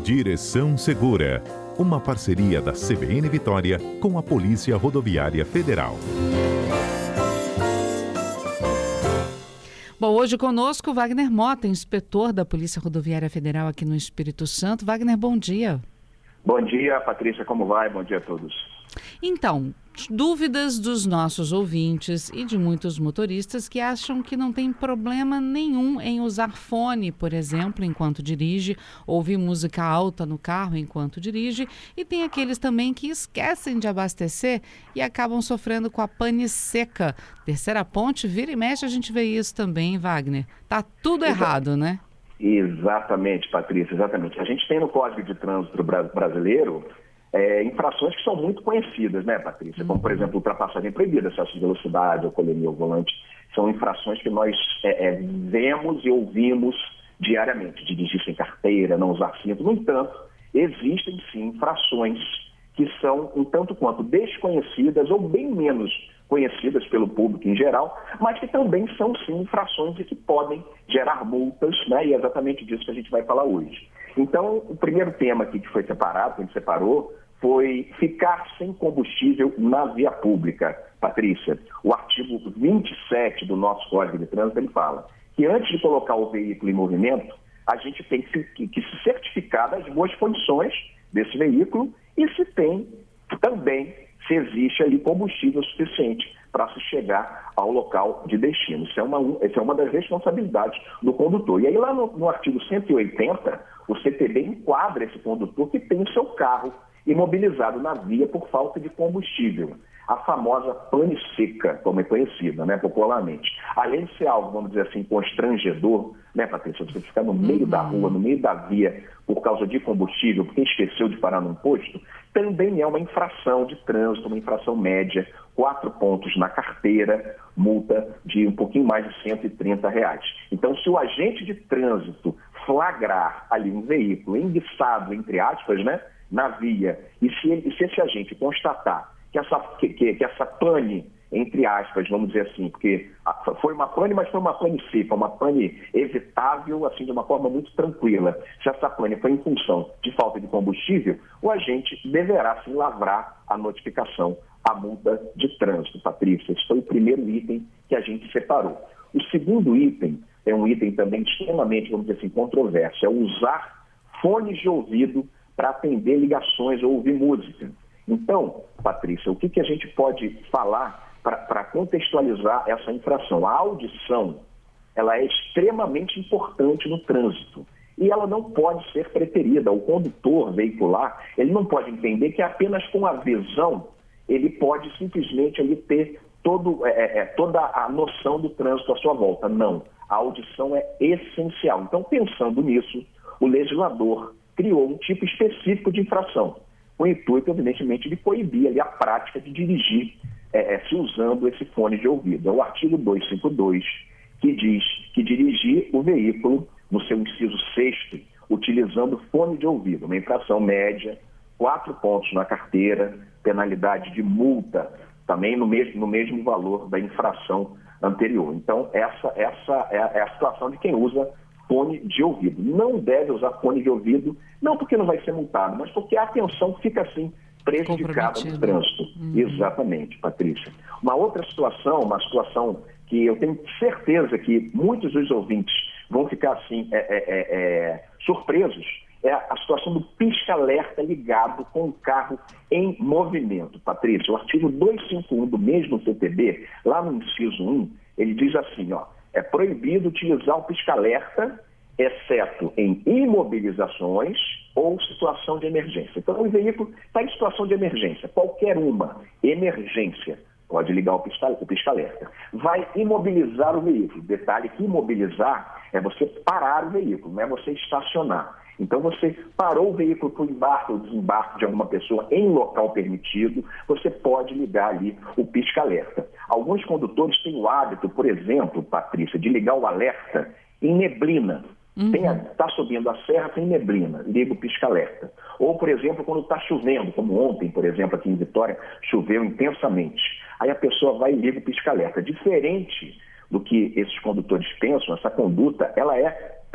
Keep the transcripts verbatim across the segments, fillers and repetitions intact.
Direção Segura, uma parceria da C B N Vitória com a Polícia Rodoviária Federal. Bom, hoje conosco Wagner Mota, inspetor da Polícia Rodoviária Federal aqui no Espírito Santo. Wagner, bom dia. Bom dia, Patrícia, como vai? Bom dia a todos. Então, dúvidas dos nossos ouvintes e de muitos motoristas que acham que não tem problema nenhum em usar fone, por exemplo, enquanto dirige, ouvir música alta no carro enquanto dirige, e tem aqueles também que esquecem de abastecer e acabam sofrendo com a pane seca. Terceira ponte, vira e mexe, a gente vê isso também, Wagner. Tá tudo errado, né? Exatamente, Patrícia, exatamente. A gente tem no Código de Trânsito brasileiro É, infrações que são muito conhecidas, né, Patrícia? Como, por exemplo, ultrapassagem proibida, excesso de velocidade, alcoolemia ao volante. São infrações que nós é, é, vemos e ouvimos diariamente. Dirigir sem carteira, não usar cinto. No entanto, existem sim infrações que são um tanto quanto desconhecidas ou bem menos conhecidas pelo público em geral, mas que também são sim infrações e que podem gerar multas, né? E é exatamente disso que a gente vai falar hoje. Então, o primeiro tema aqui que foi separado, que a gente separou, foi ficar sem combustível na via pública. Patrícia, o artigo vinte e sete do nosso Código de Trânsito, ele fala que antes de colocar o veículo em movimento, a gente tem que, que, que se certificar das boas condições desse veículo e se tem também, se existe ali combustível suficiente para se chegar ao local de destino. Isso é uma, isso é uma das responsabilidades do condutor. E aí lá no, no artigo cento e oitenta, o C T B enquadra esse condutor que tem o seu carro imobilizado na via por falta de combustível. A famosa pane seca, como é conhecida, né, popularmente. Além de ser algo, vamos dizer assim, constrangedor, né, Patrícia, você ficar no meio uhum. da rua, no meio da via, por causa de combustível, porque esqueceu de parar num posto, também é uma infração de trânsito, uma infração média, quatro pontos na carteira, multa de um pouquinho mais de cento e trinta reais. Então, se o agente de trânsito flagrar ali um veículo enguiçado, entre aspas, né, na via, e se, ele, se esse agente constatar que essa, que, que, que essa pane, entre aspas, vamos dizer assim, porque foi uma pane, mas foi uma pane seca, uma pane evitável, assim, de uma forma muito tranquila. Se essa pane foi em função de falta de combustível, o agente deverá, sim, lavrar a notificação, a multa de trânsito, Patrícia. Esse foi o primeiro item que a gente separou. O segundo item é um item também extremamente, vamos dizer assim, controverso, é usar fones de ouvido para atender ligações ou ouvir música. Então, Patrícia, o que, que a gente pode falar para contextualizar essa infração? A audição, ela é extremamente importante no trânsito e ela não pode ser preterida. O condutor veicular, ele não pode entender que apenas com a visão ele pode simplesmente ali ter todo, é, é, toda a noção do trânsito à sua volta. Não, a audição é essencial. Então, pensando nisso, o legislador criou um tipo específico de infração, com o intuito, evidentemente, de coibir ali a prática de dirigir é, se usando esse fone de ouvido. É o artigo duzentos e cinquenta e dois, que diz que dirigir o veículo, no seu inciso sexto, utilizando fone de ouvido, uma infração média, quatro pontos na carteira, penalidade de multa, também no mesmo, no mesmo valor da infração anterior. Então, essa, essa é, a, é a situação de quem usa fone de ouvido. Não deve usar fone de ouvido, não porque não vai ser multado, mas porque a atenção fica assim prejudicada no trânsito. Uhum. Exatamente, Patrícia. Uma outra situação, uma situação que eu tenho certeza que muitos dos ouvintes vão ficar assim é, é, é, é, surpresos, é a situação do pisca-alerta ligado com o carro em movimento. Patrícia, o artigo duzentos e cinquenta e um do mesmo C T B, lá no inciso um, ele diz assim, ó, é proibido utilizar o pisca-alerta, exceto em imobilizações ou situação de emergência. Então, o veículo está em situação de emergência, qualquer uma emergência, pode ligar o pisca-alerta. Vai imobilizar o veículo. Detalhe que imobilizar é você parar o veículo, não é você estacionar. Então, você parou o veículo para o embarque ou desembarque de alguma pessoa em local permitido, você pode ligar ali o pisca-alerta. Alguns condutores têm o hábito, por exemplo, Patrícia, de ligar o alerta em neblina. Está uhum. subindo a serra, tem neblina, liga o pisca-alerta. Ou, por exemplo, quando está chovendo, como ontem, por exemplo, aqui em Vitória, choveu intensamente. Aí a pessoa vai e liga o pisca-alerta. Diferente do que esses condutores pensam, essa conduta, ela é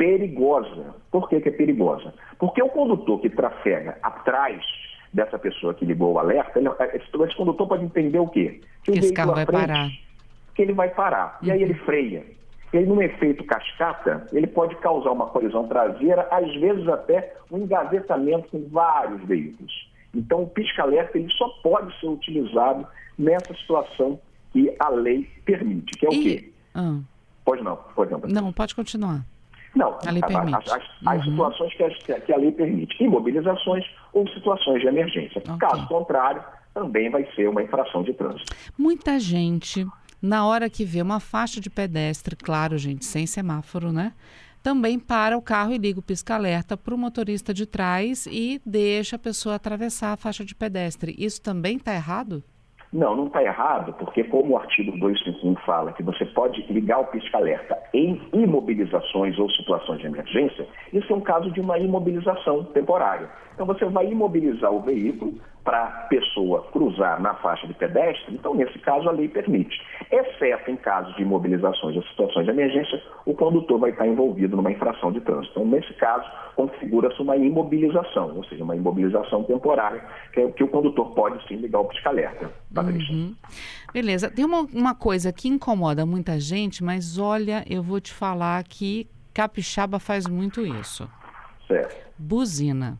perigosa. Por que que é perigosa? Porque o condutor que trafega atrás dessa pessoa que ligou o alerta, ele, esse, esse condutor pode entender o quê? Que, que esse carro vai frente, parar. Que ele vai parar. Uhum. E aí ele freia. E aí, num efeito cascata, ele pode causar uma colisão traseira, às vezes até um engavetamento com vários veículos. Então, o pisca-alerta ele só pode ser utilizado nessa situação que a lei permite, que é o e... quê? Ah. Pode não, pode não. Não, pode continuar. Não, a lei permite. As, as, as uhum. situações que a, que a lei permite, imobilizações ou situações de emergência. Okay. Caso contrário, também vai ser uma infração de trânsito. Muita gente, na hora que vê uma faixa de pedestre, claro, gente, sem semáforo, né? Também para o carro e liga o pisca-alerta para o motorista de trás e deixa a pessoa atravessar a faixa de pedestre. Isso também está errado? Não, não está errado, porque como o artigo duzentos e cinquenta e um fala que você pode ligar o pisca-alerta em imobilizações ou situações de emergência, isso é um caso de uma imobilização temporária. Então você vai imobilizar o veículo para a pessoa cruzar na faixa de pedestre, então nesse caso a lei permite. Exceto em casos de imobilizações ou situações de emergência, o condutor vai estar envolvido numa infração de trânsito. Então nesse caso, configura-se uma imobilização, ou seja, uma imobilização temporária, que é o que o condutor pode sim ligar o pisca-alerta. Patrícia. Uhum. Beleza. Tem uma, uma coisa que incomoda muita gente, mas olha, eu vou te falar que capixaba faz muito isso. Certo. Buzina.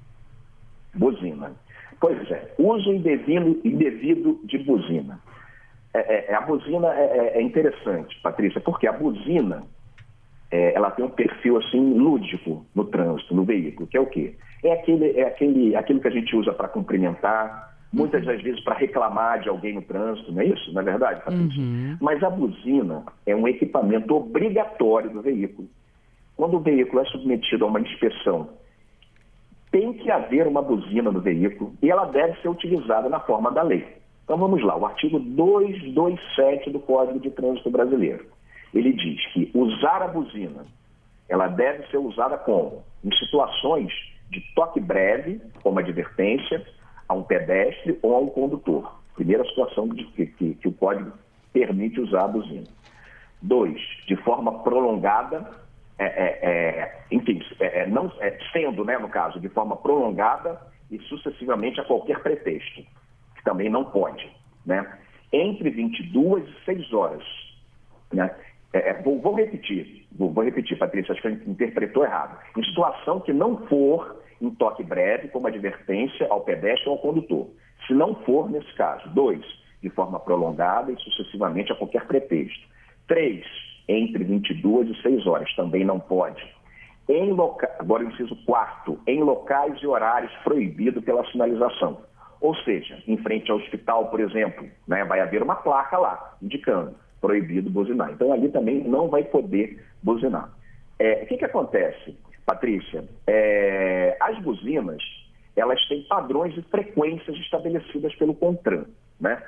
Buzina. Pois é, uso indevido, indevido de buzina. É, é, a buzina é, é interessante, Patrícia, porque a buzina é, ela tem um perfil assim lúdico no trânsito, no veículo, que é o quê? É aquele, é aquele, aquilo que a gente usa para cumprimentar, muitas das vezes para reclamar de alguém no trânsito, não é isso? Não é verdade, Patrícia? Uhum. Mas a buzina é um equipamento obrigatório do veículo. Quando o veículo é submetido a uma inspeção, tem que haver uma buzina no veículo e ela deve ser utilizada na forma da lei. Então vamos lá, o artigo duzentos e vinte e sete do Código de Trânsito Brasileiro. Ele diz que usar a buzina, ela deve ser usada como? Em situações de toque breve, como advertência, a um pedestre ou a um condutor. Primeira situação de que, que, que o Código permite usar a buzina. Dois, de forma prolongada, É, é, é, enfim, é, não, é, sendo, né, no caso, de forma prolongada e sucessivamente a qualquer pretexto, que também não pode, né? Entre vinte e duas e seis horas, né? É, vou, vou repetir, vou, vou repetir, Patrícia, acho que a gente interpretou errado. Em situação que não for em toque breve, como advertência ao pedestre ou ao condutor. Se não for nesse caso. Dois, de forma prolongada e sucessivamente a qualquer pretexto. Três, entre vinte e duas e seis horas, também não pode. Em loca... Agora, inciso quarto, em locais e horários proibidos pela sinalização. Ou seja, em frente ao hospital, por exemplo, né, vai haver uma placa lá, indicando, proibido buzinar. Então, ali também não vai poder buzinar. É, o que que acontece, Patrícia? É, as buzinas, elas têm padrões e frequências estabelecidas pelo CONTRAN, né?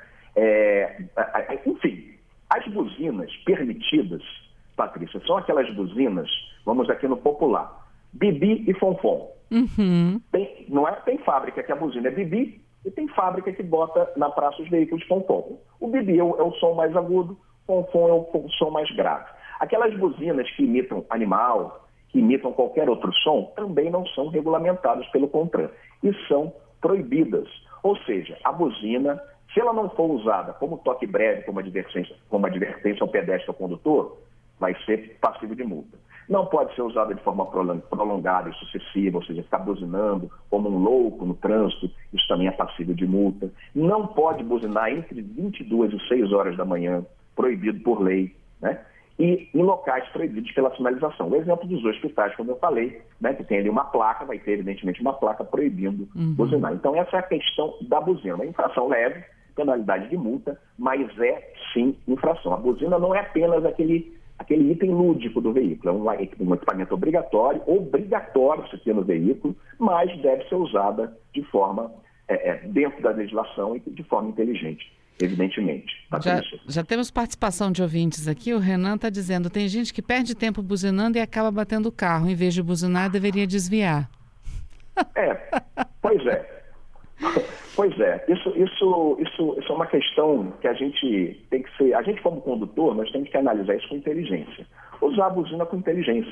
É, enfim... As buzinas permitidas, Patrícia, são aquelas buzinas, vamos aqui no popular, bibi e fonfon. Uhum. Tem, não é? Tem fábrica que a buzina é bibi e tem fábrica que bota na praça os veículos fonfon. O bibi é o, é o som mais agudo, fonfon é o, o som mais grave. Aquelas buzinas que imitam animal, que imitam qualquer outro som, também não são regulamentadas pelo CONTRAN e são proibidas. Ou seja, a buzina, se ela não for usada como toque breve, como advertência, como advertência ao pedestre ou condutor, vai ser passível de multa. Não pode ser usada de forma prolongada e sucessiva, ou seja, ficar buzinando como um louco no trânsito, isso também é passível de multa. Não pode buzinar entre vinte e duas e seis horas da manhã, proibido por lei, né? E em locais proibidos pela sinalização. O exemplo dos hospitais, como eu falei, né, que tem ali uma placa, vai ter evidentemente uma placa proibindo uhum. buzinar. Então essa é a questão da buzina. Uma infração leve, penalidade de multa, mas é sim infração. A buzina não é apenas aquele, aquele item lúdico do veículo, é um, um equipamento obrigatório, obrigatório se ter no veículo, mas deve ser usada de forma, é, é, dentro da legislação e de forma inteligente, evidentemente. Já, já temos participação de ouvintes aqui, o Renan está dizendo, tem gente que perde tempo buzinando e acaba batendo o carro, em vez de buzinar, deveria desviar. É, pois é. Pois é, isso, isso, isso, isso é uma questão que a gente tem que ser, a gente como condutor, nós temos que analisar isso com inteligência. Usar a buzina com inteligência,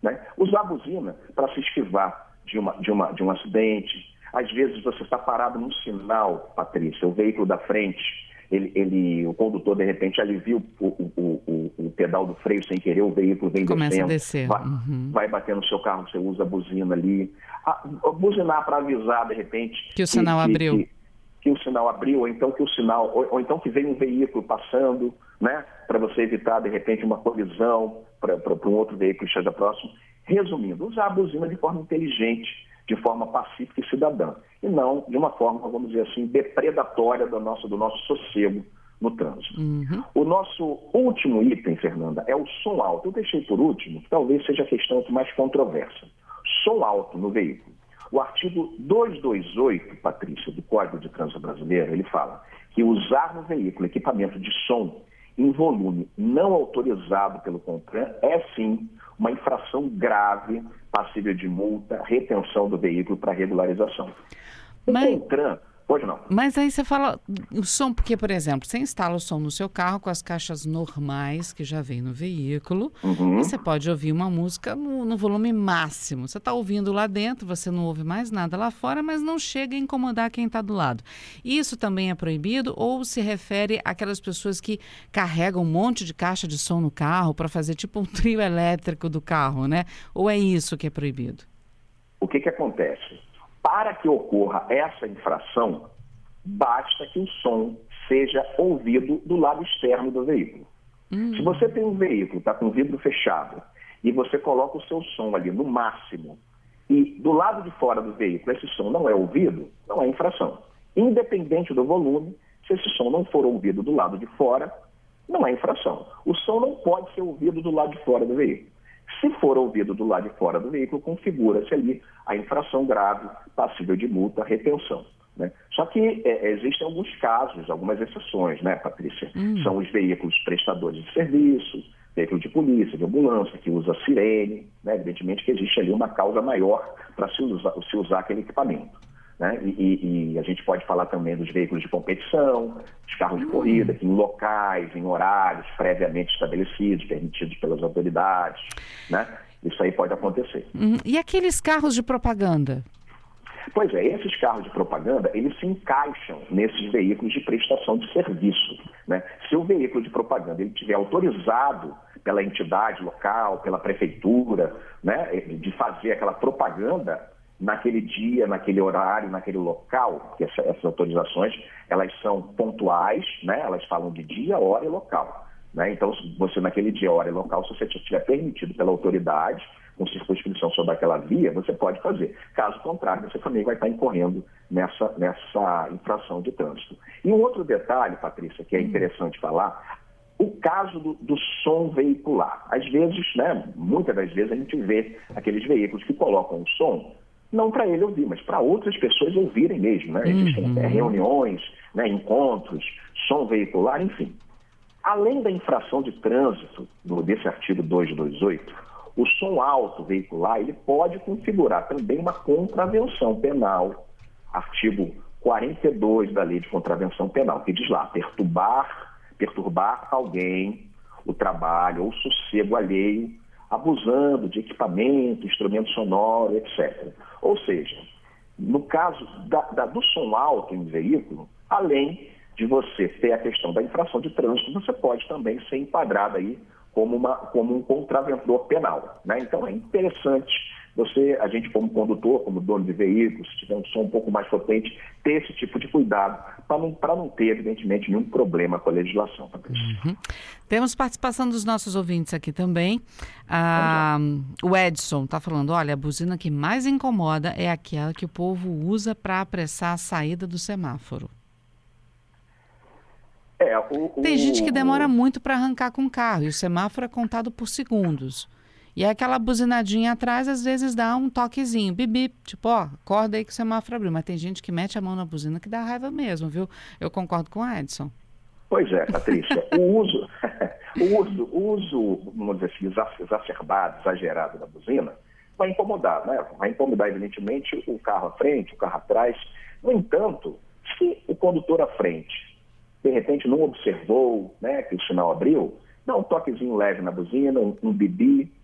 né? Usar a buzina para se esquivar de, uma, de, uma, de um acidente. Às vezes você está parado num sinal, Patrícia, o veículo da frente, ele, ele, o condutor de repente alivia o, o, o, o, o pedal do freio sem querer, o veículo vem Começa descendo, a descer. vai, Uhum. vai bater no seu carro, você usa a buzina ali. A, a buzinar para avisar de repente que o sinal que, abriu. Que, que o sinal abriu, ou então que o sinal, ou, ou então que vem um veículo passando, né, para você evitar, de repente, uma colisão para um outro veículo que esteja próximo. Resumindo, usar a buzina de forma inteligente, de forma pacífica e cidadã, e não de uma forma, vamos dizer assim, depredatória do nosso, do nosso sossego no trânsito. Uhum. O nosso último item, Fernanda, é o som alto. Eu deixei por último, que talvez seja a questão mais controversa. Som alto no veículo. O artigo duzentos e vinte e oito, Patrícia, do Código de Trânsito Brasileiro, ele fala que usar no veículo equipamento de som em volume não autorizado pelo CONTRAN é, sim, uma infração grave, passível de multa, retenção do veículo para regularização. O Mas... CONTRAN... Pode não. Mas aí você fala o som, porque, por exemplo, você instala o som no seu carro com as caixas normais que já vem no veículo, uhum. e você pode ouvir uma música no, no volume máximo. Você está ouvindo lá dentro, você não ouve mais nada lá fora, mas não chega a incomodar quem está do lado. Isso também é proibido ou se refere àquelas pessoas que carregam um monte de caixa de som no carro para fazer tipo um trio elétrico do carro, né? Ou é isso que é proibido? O que que acontece? Para que ocorra essa infração, basta que o som seja ouvido do lado externo do veículo. Hum. Se você tem um veículo, está com o vidro fechado, e você coloca o seu som ali no máximo, e do lado de fora do veículo esse som não é ouvido, não é infração. Independente do volume, se esse som não for ouvido do lado de fora, não é infração. O som não pode ser ouvido do lado de fora do veículo. Se for ouvido do lado de fora do veículo, configura-se ali a infração grave, passível de multa, retenção. Né? Só que é, existem alguns casos, algumas exceções, né, Patrícia? Hum. São os veículos prestadores de serviço, veículo de polícia, de ambulância, que usa sirene, né? Evidentemente que existe ali uma causa maior para se usar, se usar aquele equipamento. Né? E, e, e a gente pode falar também dos veículos de competição, os carros de corrida, que em locais, em horários previamente estabelecidos, permitidos pelas autoridades, né? Isso aí pode acontecer. Uhum. E aqueles carros de propaganda? Pois é, esses carros de propaganda, eles se encaixam nesses veículos de prestação de serviço. Né? Se o veículo de propaganda ele estiver autorizado pela entidade local, pela prefeitura, né, de fazer aquela propaganda naquele dia, naquele horário, naquele local, que essa, essas autorizações, elas são pontuais, né? Elas falam de dia, hora e local. Né? Então, se você naquele dia, hora e local, se você estiver permitido pela autoridade, com circunscrição sobre aquela via, você pode fazer. Caso contrário, você também vai estar incorrendo nessa, nessa infração de trânsito. E um outro detalhe, Patrícia, que é interessante falar, o caso do, do som veicular. Às vezes, né, muitas das vezes a gente vê aqueles veículos que colocam o som, não para ele ouvir, mas para outras pessoas ouvirem mesmo. Né? Existem uhum. até reuniões, né, encontros, som veicular, enfim. Além da infração de trânsito do, desse artigo duzentos e vinte e oito, o som alto veicular ele pode configurar também uma contravenção penal, artigo quarenta e dois da Lei de Contravenção Penal, que diz lá, perturbar, perturbar alguém, o trabalho ou o sossego alheio, abusando de equipamento, instrumento sonoro, etcétera. Ou seja, no caso da, da, do som alto em veículo, além de você ter a questão da infração de trânsito, você pode também ser enquadrado aí como, uma, como um contraventor penal. Né? Então é interessante você, a gente como condutor, como dono de veículo, se tiver um som um pouco mais potente, ter esse tipo de cuidado para não, para não ter, evidentemente, nenhum problema com a legislação. Uhum. Temos participação dos nossos ouvintes aqui também. Ah, o Edson está falando, olha, a buzina que mais incomoda é aquela que o povo usa para apressar a saída do semáforo. É, o, o... Tem gente que demora muito para arrancar com o carro e o semáforo é contado por segundos. E aquela buzinadinha atrás, às vezes dá um toquezinho, bibi, tipo, ó, acorda aí que o semáforo abriu. Mas tem gente que mete a mão na buzina que dá raiva mesmo, viu? Eu concordo com o Edson. Pois é, Patrícia. o uso, o uso, o uso, vamos dizer assim, exacerbado, exagerado da buzina, vai incomodar, né? Vai incomodar, evidentemente, o carro à frente, o carro atrás. No entanto, se o condutor à frente, de repente, não observou, né, que o sinal abriu, dá um toquezinho leve na buzina, um, um bibi,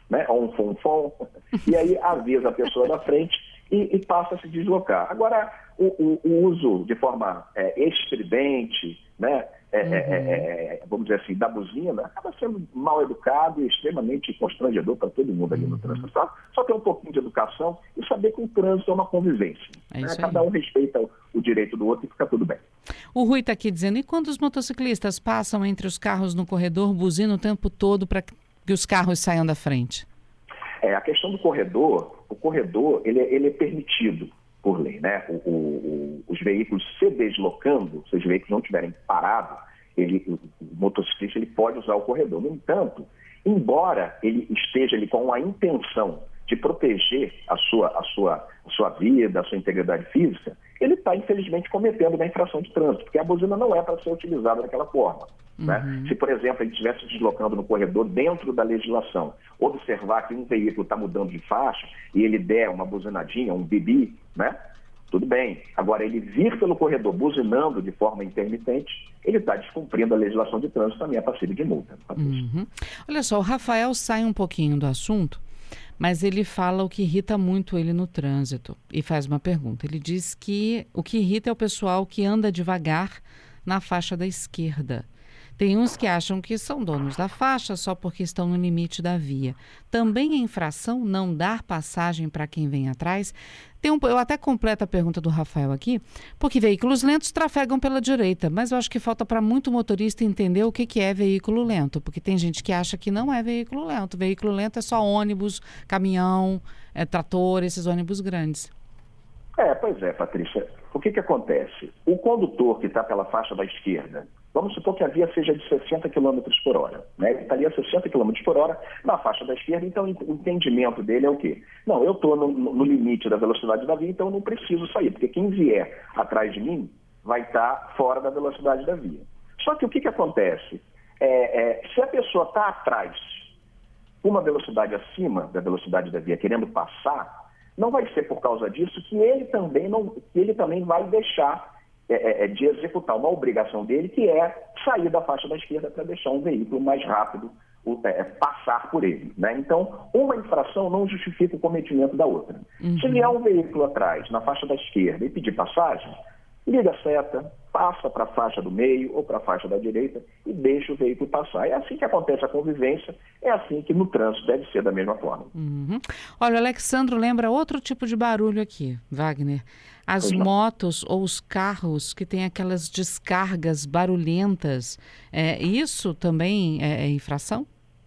né? Ou um fom-fom, e aí avisa a pessoa da frente e, e passa a se deslocar. Agora, o, o, o uso de forma é, estridente, né? É, uhum. é, é, vamos dizer assim, da buzina, acaba sendo mal educado e extremamente constrangedor para todo mundo ali no uhum. trânsito. Só, só ter um pouquinho de educação e saber que o trânsito é uma convivência. É né? Cada um respeita o, o direito do outro e fica tudo bem. O Rui está aqui dizendo, e quando os motociclistas passam entre os carros no corredor, buzina o tempo todo para que os carros saiam da frente? É, a questão do corredor, o corredor ele, ele é permitido por lei, né? O, o, o, os veículos se deslocando, se os veículos não estiverem parados, ele, o, o motociclista ele pode usar o corredor. No entanto, embora ele esteja ali com a intenção de proteger a sua, a sua, a sua vida, a sua integridade física, ele está, infelizmente, cometendo uma infração de trânsito, porque a buzina não é para ser utilizada daquela forma. Uhum. Né? Se, por exemplo, a gente estivesse se deslocando no corredor dentro da legislação, observar que um veículo está mudando de faixa e ele der uma buzinadinha, um bibi, né? Tudo bem. Agora, ele vir pelo corredor buzinando de forma intermitente, ele está descumprindo a legislação de trânsito, também é passível de multa. Uhum. Olha só, o Rafael sai um pouquinho do assunto, mas ele fala o que irrita muito ele no trânsito e faz uma pergunta. Ele diz que o que irrita é o pessoal que anda devagar na faixa da esquerda. Tem uns que acham que são donos da faixa só porque estão no limite da via. Também é infração não dar passagem para quem vem atrás? Tem um, eu até completo a pergunta do Rafael aqui, porque veículos lentos trafegam pela direita, mas eu acho que falta para muito motorista entender o que, que é veículo lento, porque tem gente que acha que não é veículo lento. Veículo lento é só ônibus, caminhão, é, trator, esses ônibus grandes. É, pois é, Patrícia. O que, que acontece? O condutor que está pela faixa da esquerda, vamos supor que a via seja de sessenta quilômetros por hora, né? Ele estaria a sessenta quilômetros por hora na faixa da esquerda, então o entendimento dele é o quê? Não, eu estou no, no limite da velocidade da via, então eu não preciso sair, porque quem vier atrás de mim vai estar fora da velocidade da via. Só que o que, que acontece? É, é, se a pessoa está atrás, com uma velocidade acima da velocidade da via, querendo passar, não vai ser por causa disso que ele também, não, que ele também vai deixar é, é, de executar uma obrigação dele, que é sair da faixa da esquerda para deixar um veículo mais rápido é, passar por ele. Né? Então, uma infração não justifica o cometimento da outra. Uhum. Se vier um veículo atrás, na faixa da esquerda, e pedir passagem, liga a seta, passa para a faixa do meio ou para a faixa da direita e deixa o veículo passar. É assim que acontece a convivência, é assim que no trânsito deve ser da mesma forma. Uhum. Olha, o Alexandro lembra outro tipo de barulho aqui, Wagner. As motos ou os carros que têm aquelas descargas barulhentas, é, isso também é, é infração?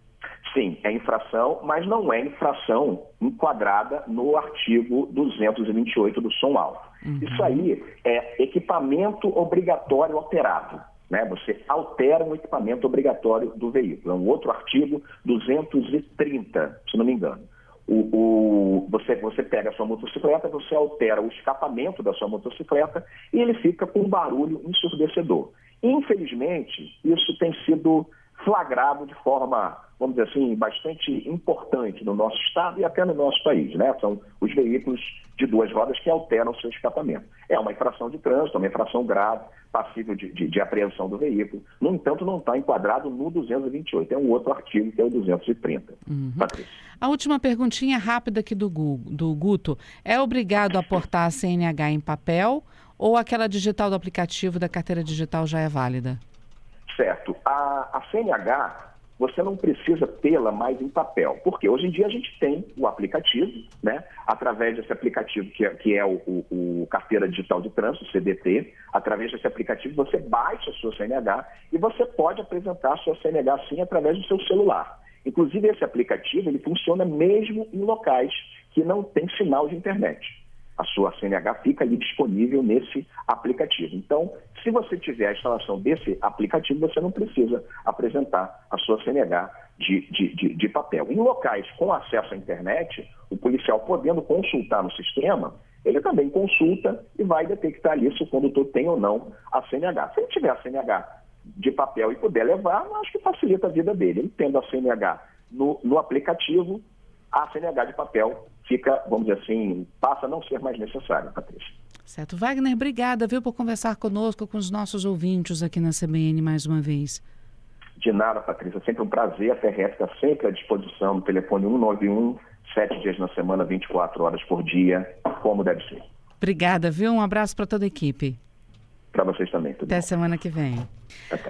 Sim, é infração, mas não é infração enquadrada no artigo duzentos e vinte e oito do som alto. Uhum. Isso aí é equipamento obrigatório alterado. Né? Você altera um equipamento obrigatório do veículo. É um outro artigo, duzentos e trinta, se não me engano. O, o, você, você pega a sua motocicleta, você altera o escapamento da sua motocicleta e ele fica com um barulho ensurdecedor. Infelizmente, isso tem sido flagrado de forma, vamos dizer assim, bastante importante no nosso estado e até no nosso país, né? São os veículos de duas rodas que alteram o seu escapamento. É uma infração de trânsito, uma infração grave, passível de, de, de apreensão do veículo. No entanto, não está enquadrado no duzentos e vinte e oito. É um outro artigo, que é o duzentos e trinta. Uhum. A última perguntinha rápida aqui do, do Guto. É obrigado a aportar a C N H em papel ou aquela digital do aplicativo da carteira digital já é válida? Certo. A, a C N H, você não precisa tê-la mais em papel, porque hoje em dia a gente tem o aplicativo, né? Através desse aplicativo que é, que é o, o, o Carteira Digital de Trânsito, C D T, através desse aplicativo você baixa a sua C N H e você pode apresentar a sua C N H sim através do seu celular. Inclusive esse aplicativo, ele funciona mesmo em locais que não tem sinal de internet. A sua C N H fica ali disponível nesse aplicativo. Então, se você tiver a instalação desse aplicativo, você não precisa apresentar a sua C N H de, de, de, de papel. Em locais com acesso à internet, o policial podendo consultar no sistema, ele também consulta e vai detectar ali se o condutor tem ou não a C N H. Se ele tiver a C N H de papel e puder levar, eu acho que facilita a vida dele. Ele tendo a C N H no, no aplicativo, a C N H de papel fica, vamos dizer assim, passa a não ser mais necessária, Patrícia. Certo. Wagner, obrigada, viu, por conversar conosco, com os nossos ouvintes aqui na C B N mais uma vez. De nada, Patrícia. Sempre um prazer. A T R F está sempre à disposição no telefone um nove um, sete dias na semana, vinte e quatro horas por dia, como deve ser. Obrigada, viu? Um abraço para toda a equipe. Para vocês também. Tudo Até bom. semana que vem. Até.